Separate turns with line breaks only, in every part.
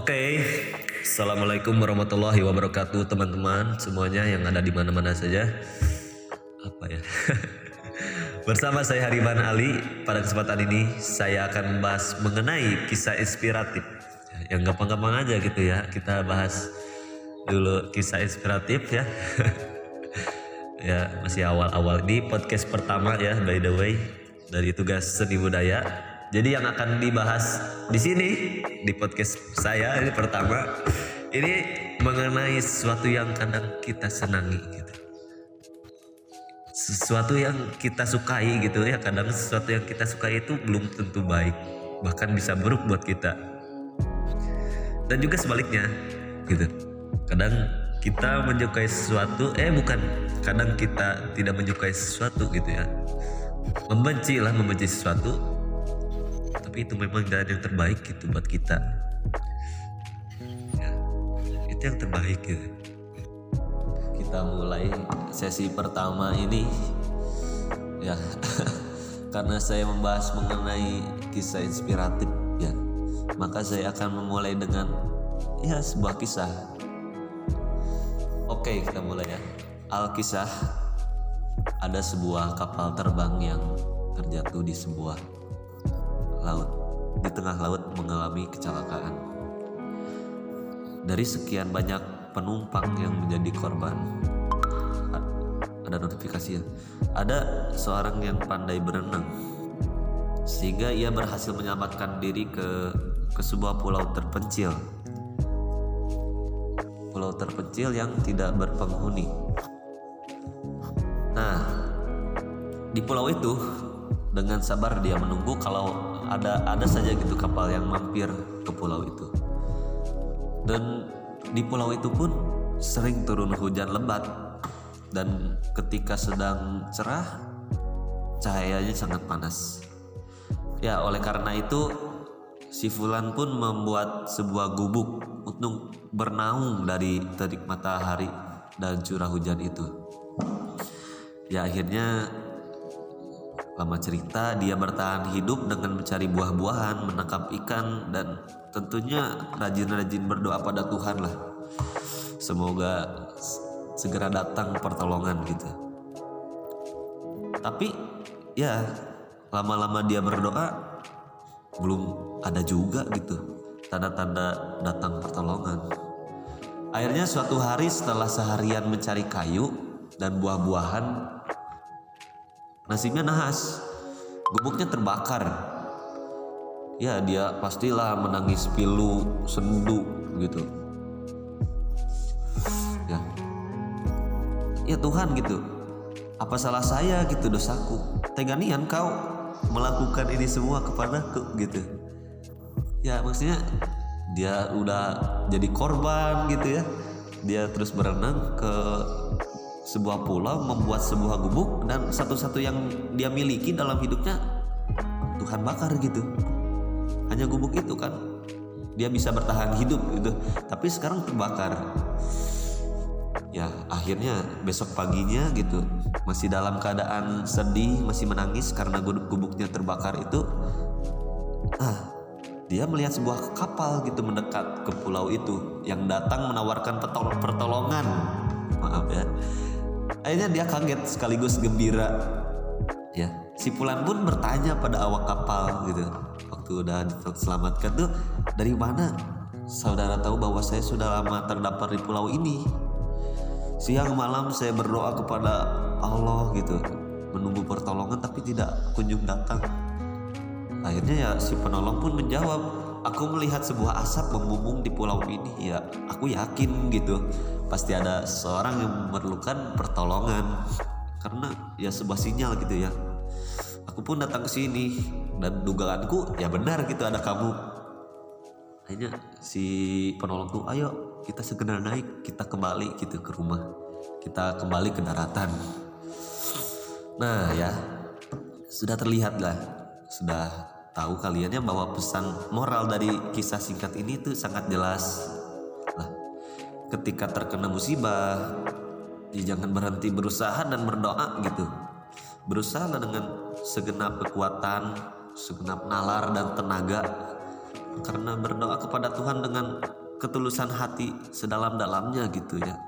Oke, Assalamualaikum warahmatullahi wabarakatuh teman-teman semuanya yang ada di mana-mana saja. Apa ya? Bersama saya Hariban Ali. Pada kesempatan ini saya akan membahas mengenai kisah inspiratif. Yang gampang-gampang aja gitu ya. Kita bahas dulu kisah inspiratif ya. Ya, masih awal-awal di podcast pertama ya, by the way, dari tugas seni budaya. Jadi yang akan dibahas di sini di podcast saya ini pertama ini mengenai sesuatu yang kadang kita senangi gitu. Sesuatu yang kita sukai gitu ya, kadang sesuatu yang kita sukai itu belum tentu baik, bahkan bisa buruk buat kita. Dan juga sebaliknya gitu. Kadang kita menyukai sesuatu kadang kita tidak menyukai sesuatu gitu ya. Membenci sesuatu, tapi itu memang dari yang terbaik gitu buat kita ya, itu yang terbaik gitu. Kita mulai sesi pertama ini ya karena saya membahas mengenai kisah inspiratif ya, maka saya akan memulai dengan ya sebuah kisah. Oke, kita mulai ya. Alkisah, ada sebuah kapal terbang yang terjatuh di sebuah laut. Di tengah laut mengalami kecelakaan. Dari sekian banyak penumpang yang menjadi korban, ada notifikasi ya. Ada seorang yang pandai berenang, sehingga ia berhasil menyelamatkan diri ke sebuah pulau terpencil. Pulau terpencil yang tidak berpenghuni. Nah, di pulau itu dengan sabar dia menunggu kalau ada saja gitu kapal yang mampir ke pulau itu. Dan di pulau itu pun sering turun hujan lebat, dan ketika sedang cerah cahayanya sangat panas. Ya, oleh karena itu si Fulan pun membuat sebuah gubuk untuk bernaung dari terik matahari dan curah hujan itu. Ya, akhirnya lama cerita dia bertahan hidup dengan mencari buah-buahan, menangkap ikan, dan tentunya rajin-rajin berdoa pada Tuhan lah. Semoga segera datang pertolongan gitu. Tapi ya lama-lama dia berdoa belum ada juga gitu tanda-tanda datang pertolongan. Akhirnya suatu hari setelah seharian mencari kayu dan buah-buahan, nasibnya nahas, gubuknya terbakar. Ya, dia pastilah menangis pilu, sendu gitu. Ya Tuhan gitu, apa salah saya gitu, dosaku? Teganian kau melakukan ini semua kepadaku gitu. Ya maksudnya dia udah jadi korban gitu ya. Dia terus berenang ke sebuah pulau, membuat sebuah gubuk, dan satu-satu yang dia miliki dalam hidupnya Tuhan bakar gitu. Hanya gubuk itu kan dia bisa bertahan hidup gitu, tapi sekarang terbakar. Ya akhirnya besok paginya gitu, masih dalam keadaan sedih, masih menangis karena gubuknya terbakar itu, dia melihat sebuah kapal gitu mendekat ke pulau itu yang datang menawarkan pertolongan. Maaf ya. Akhirnya dia kaget sekaligus gembira. Ya, si Fulan pun bertanya pada awak kapal gitu. Waktu udah diselamatkan tuh, dari mana saudara tahu bahwa saya sudah lama terdampar di pulau ini? Siang malam saya berdoa kepada Allah gitu, menunggu pertolongan tapi tidak kunjung datang. Akhirnya ya si penolong pun menjawab, aku melihat sebuah asap membumbung di pulau ini. Ya aku yakin gitu pasti ada seorang yang memerlukan pertolongan, karena ya sebuah sinyal gitu ya. Aku pun datang ke sini dan dugaanku ya benar gitu, ada kamu. Akhirnya si penolong tuh, ayo kita segera naik, kita kembali gitu ke rumah, kita kembali ke daratan. Nah ya, sudah terlihat lah, sudah tahu kaliannya bahwa pesan moral dari kisah singkat ini tuh sangat jelas lah. Ketika terkena musibah, ya jangan berhenti berusaha dan berdoa gitu. Berusaha dengan segenap kekuatan, segenap nalar dan tenaga karena berdoa kepada Tuhan dengan ketulusan hati sedalam-dalamnya gitu ya.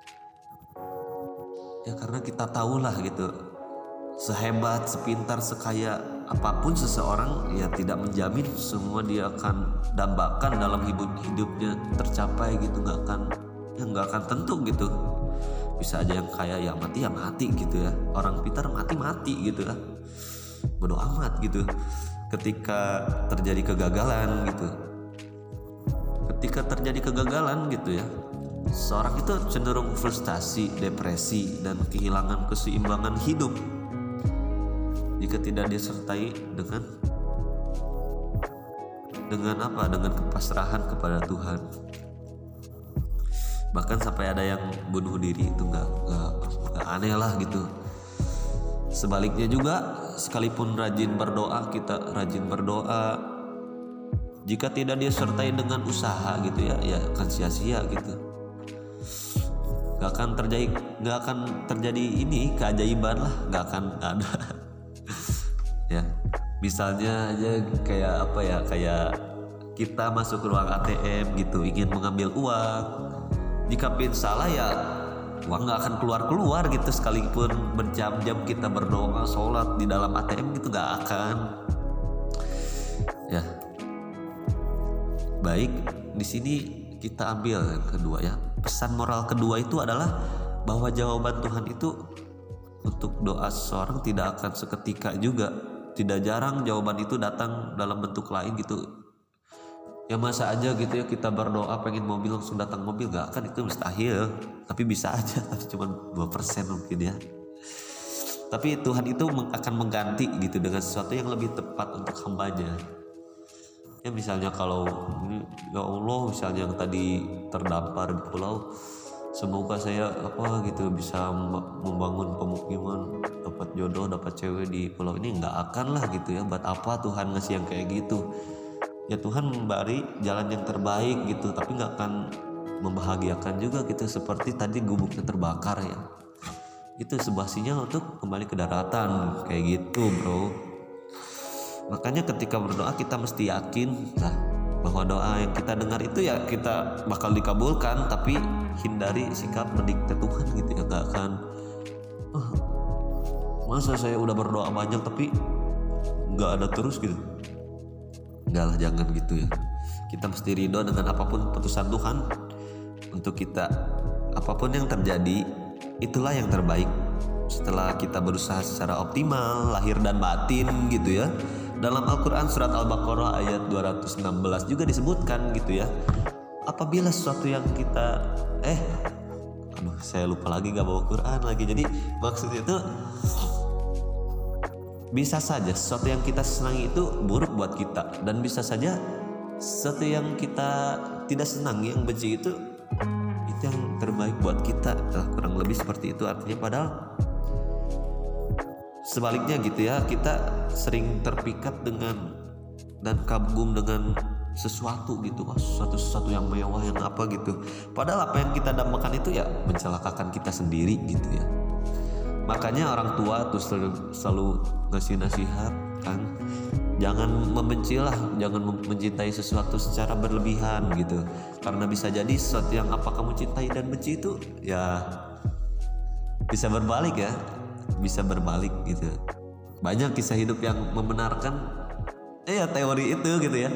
Ya karena kita tahulah gitu, sehebat, sepintar, sekaya apapun seseorang, ya tidak menjamin semua dia akan dambakan dalam hidupnya tercapai gitu. Nggak akan tentu gitu. Bisa aja yang kaya ya mati gitu ya. Orang pintar mati gitu ya. Bodoh amat gitu. Ketika terjadi kegagalan gitu. Ketika terjadi kegagalan gitu ya, seorang itu cenderung frustasi, depresi, dan kehilangan keseimbangan hidup jika tidak disertai dengan kepasrahan kepada Tuhan. Bahkan sampai ada yang bunuh diri, itu nggak aneh lah gitu. Sebaliknya juga, sekalipun kita rajin berdoa, jika tidak disertai dengan usaha gitu ya akan sia-sia gitu. Gak akan terjadi ini keajaiban lah, gak akan ada. Ya, misalnya aja kayak kita masuk ke ruang ATM gitu, ingin mengambil uang. Jika pin salah ya uang gak akan keluar gitu, sekalipun berjam-jam kita berdoa, sholat di dalam ATM gitu gak akan. Ya. Baik, di sini kita ambil yang kedua ya. Pesan moral kedua itu adalah bahwa jawaban Tuhan itu untuk doa seseorang tidak akan seketika juga. Tidak jarang jawaban itu datang dalam bentuk lain gitu. Ya masa aja gitu ya kita berdoa pengen mobil langsung datang mobil, gak akan, itu mustahil. Tapi bisa aja, tapi cuma 2% mungkin ya. Tapi Tuhan itu akan mengganti gitu dengan sesuatu yang lebih tepat untuk hambanya. Ya misalnya kalau ya Allah misalnya yang tadi terdampar di pulau, semoga saya bisa membangun pemukiman, dapat jodoh, dapat cewek di pulau ini, nggak akan lah gitu ya. Buat apa Tuhan ngasih yang kayak gitu? Ya Tuhan memberi jalan yang terbaik gitu, tapi nggak akan membahagiakan juga gitu. Seperti tadi gubuknya terbakar ya, itu sebuah sinyal untuk kembali ke daratan kayak gitu bro. Makanya ketika berdoa kita mesti yakin lah bahwa doa yang kita dengar itu ya kita bakal dikabulkan, tapi hindari sikap mendikte Tuhan gitu ya. Gak akan masa saya udah berdoa banyak tapi gak ada terus gitu. Enggak lah, jangan gitu ya. Kita mesti ridho dengan apapun putusan Tuhan untuk kita. Apapun yang terjadi, itulah yang terbaik setelah kita berusaha secara optimal lahir dan batin gitu ya. Dalam Al-Quran surat Al-Baqarah ayat 216 juga disebutkan gitu ya, apabila sesuatu yang kita saya lupa lagi, gak bawa Quran lagi. Jadi maksudnya itu bisa saja sesuatu yang kita senangi itu buruk buat kita, dan bisa saja sesuatu yang kita tidak senang, yang benci itu yang terbaik buat kita. Kurang lebih seperti itu artinya. Padahal sebaliknya gitu ya, kita sering terpikat dengan dan kagum dengan sesuatu gitu, sesuatu yang mewah, yang apa gitu. Padahal apa yang kita dambakan itu ya mencelakakan kita sendiri gitu ya. Makanya orang tua tuh selalu ngasih nasihat kan, jangan membencilah, jangan mencintai sesuatu secara berlebihan gitu. Karena bisa jadi sesuatu yang apa kamu cintai dan benci itu ya bisa berbalik ya. Bisa berbalik gitu. Banyak kisah hidup yang membenarkan teori itu gitu ya.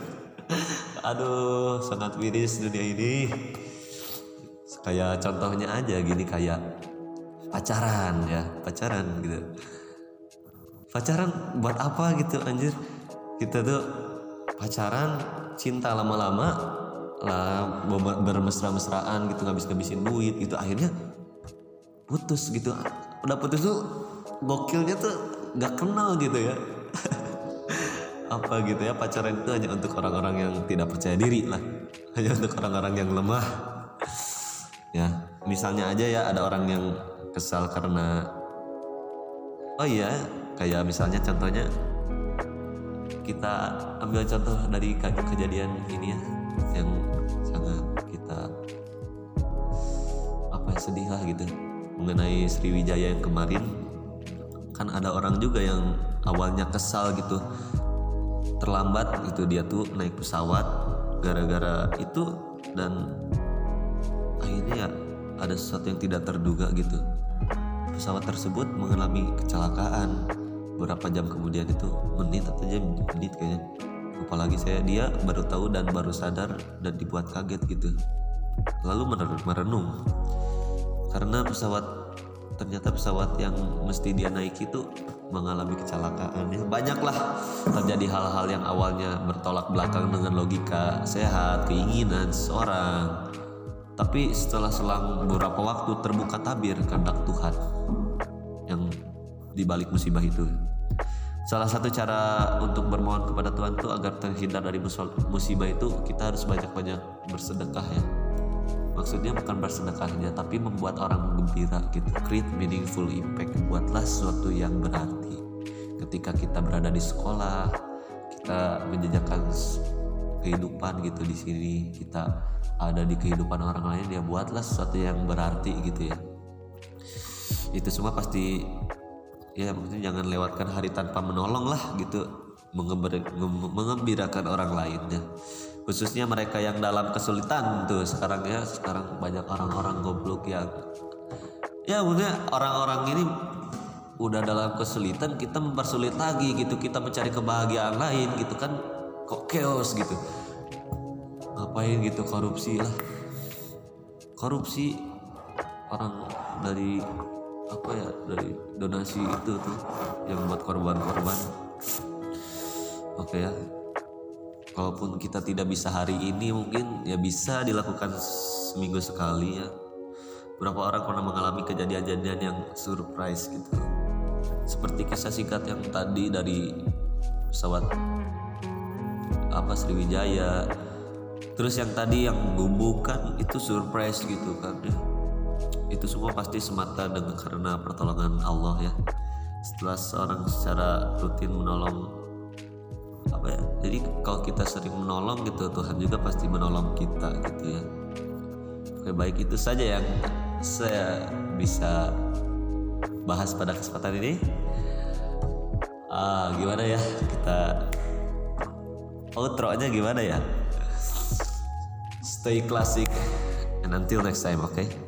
Aduh, sangat miris dunia ini. Kayak contohnya aja gini, kayak pacaran gitu. Pacaran buat apa gitu anjir? Kita tuh pacaran, cinta lama-lama lah, bermesra-mesraan gitu, ngabis-ngabisin duit gitu, akhirnya putus gitu. Udah putus tuh gokilnya tuh gak kenal gitu ya. Apa gitu ya, pacaran itu hanya untuk orang-orang yang tidak percaya diri lah, hanya untuk orang-orang yang lemah ya. Misalnya aja ya, ada orang yang kesal karena kayak misalnya contohnya, kita ambil contoh dari kejadian ini ya, yang sangat kita sedih lah gitu, mengenai Sriwijaya yang kemarin. Kan ada orang juga yang awalnya kesal gitu, terlambat gitu, dia tuh naik pesawat gara-gara itu, dan akhirnya ya ada sesuatu yang tidak terduga gitu. Pesawat tersebut mengalami kecelakaan beberapa jam kemudian, itu menit atau menit kayaknya, apalagi dia baru tahu dan baru sadar dan dibuat kaget gitu. Lalu merenung karena ternyata pesawat yang mesti dia naik itu mengalami kecelakaan. Ya, banyaklah terjadi hal-hal yang awalnya bertolak belakang dengan logika sehat, keinginan seorang. Tapi setelah selang beberapa waktu terbuka tabir kehendak Tuhan yang dibalik musibah itu. Salah satu cara untuk bermohon kepada Tuhan itu agar terhindar dari musibah itu, kita harus banyak-banyak bersedekah ya. Maksudnya bukan bersedekahnya, tapi membuat orang gembira gitu. Create meaningful impact. Buatlah sesuatu yang berarti. Ketika kita berada di sekolah, kita menjajakan kehidupan gitu di sini, kita ada di kehidupan orang lain, ya buatlah sesuatu yang berarti gitu ya. Itu semua pasti ya, maksudnya jangan lewatkan hari tanpa menolong lah gitu, mengembirakan orang lain ya. Khususnya mereka yang dalam kesulitan tuh sekarang banyak orang-orang goblok yang ya maksudnya orang-orang ini udah dalam kesulitan, kita mempersulit lagi gitu, kita mencari kebahagiaan lain gitu kan, kok chaos gitu. Ngapain gitu, korupsi orang dari dari donasi itu tuh yang buat korban-korban. Oke ya, kalaupun kita tidak bisa hari ini, mungkin ya bisa dilakukan seminggu sekali ya. Beberapa orang pernah mengalami kejadian-kejadian yang surprise gitu, seperti kisah singkat yang tadi dari pesawat Sriwijaya. Terus yang tadi yang gumbukan itu surprise gitu kan ya. Itu semua pasti semata karena pertolongan Allah ya. Setelah seorang secara rutin menolong jadi kalau kita sering menolong gitu, Tuhan juga pasti menolong kita gitu ya. Oke, baik, itu saja yang saya bisa bahas pada kesempatan ini. Gimana ya, kita outro-nya gimana ya? Stay classic and until next time, okay?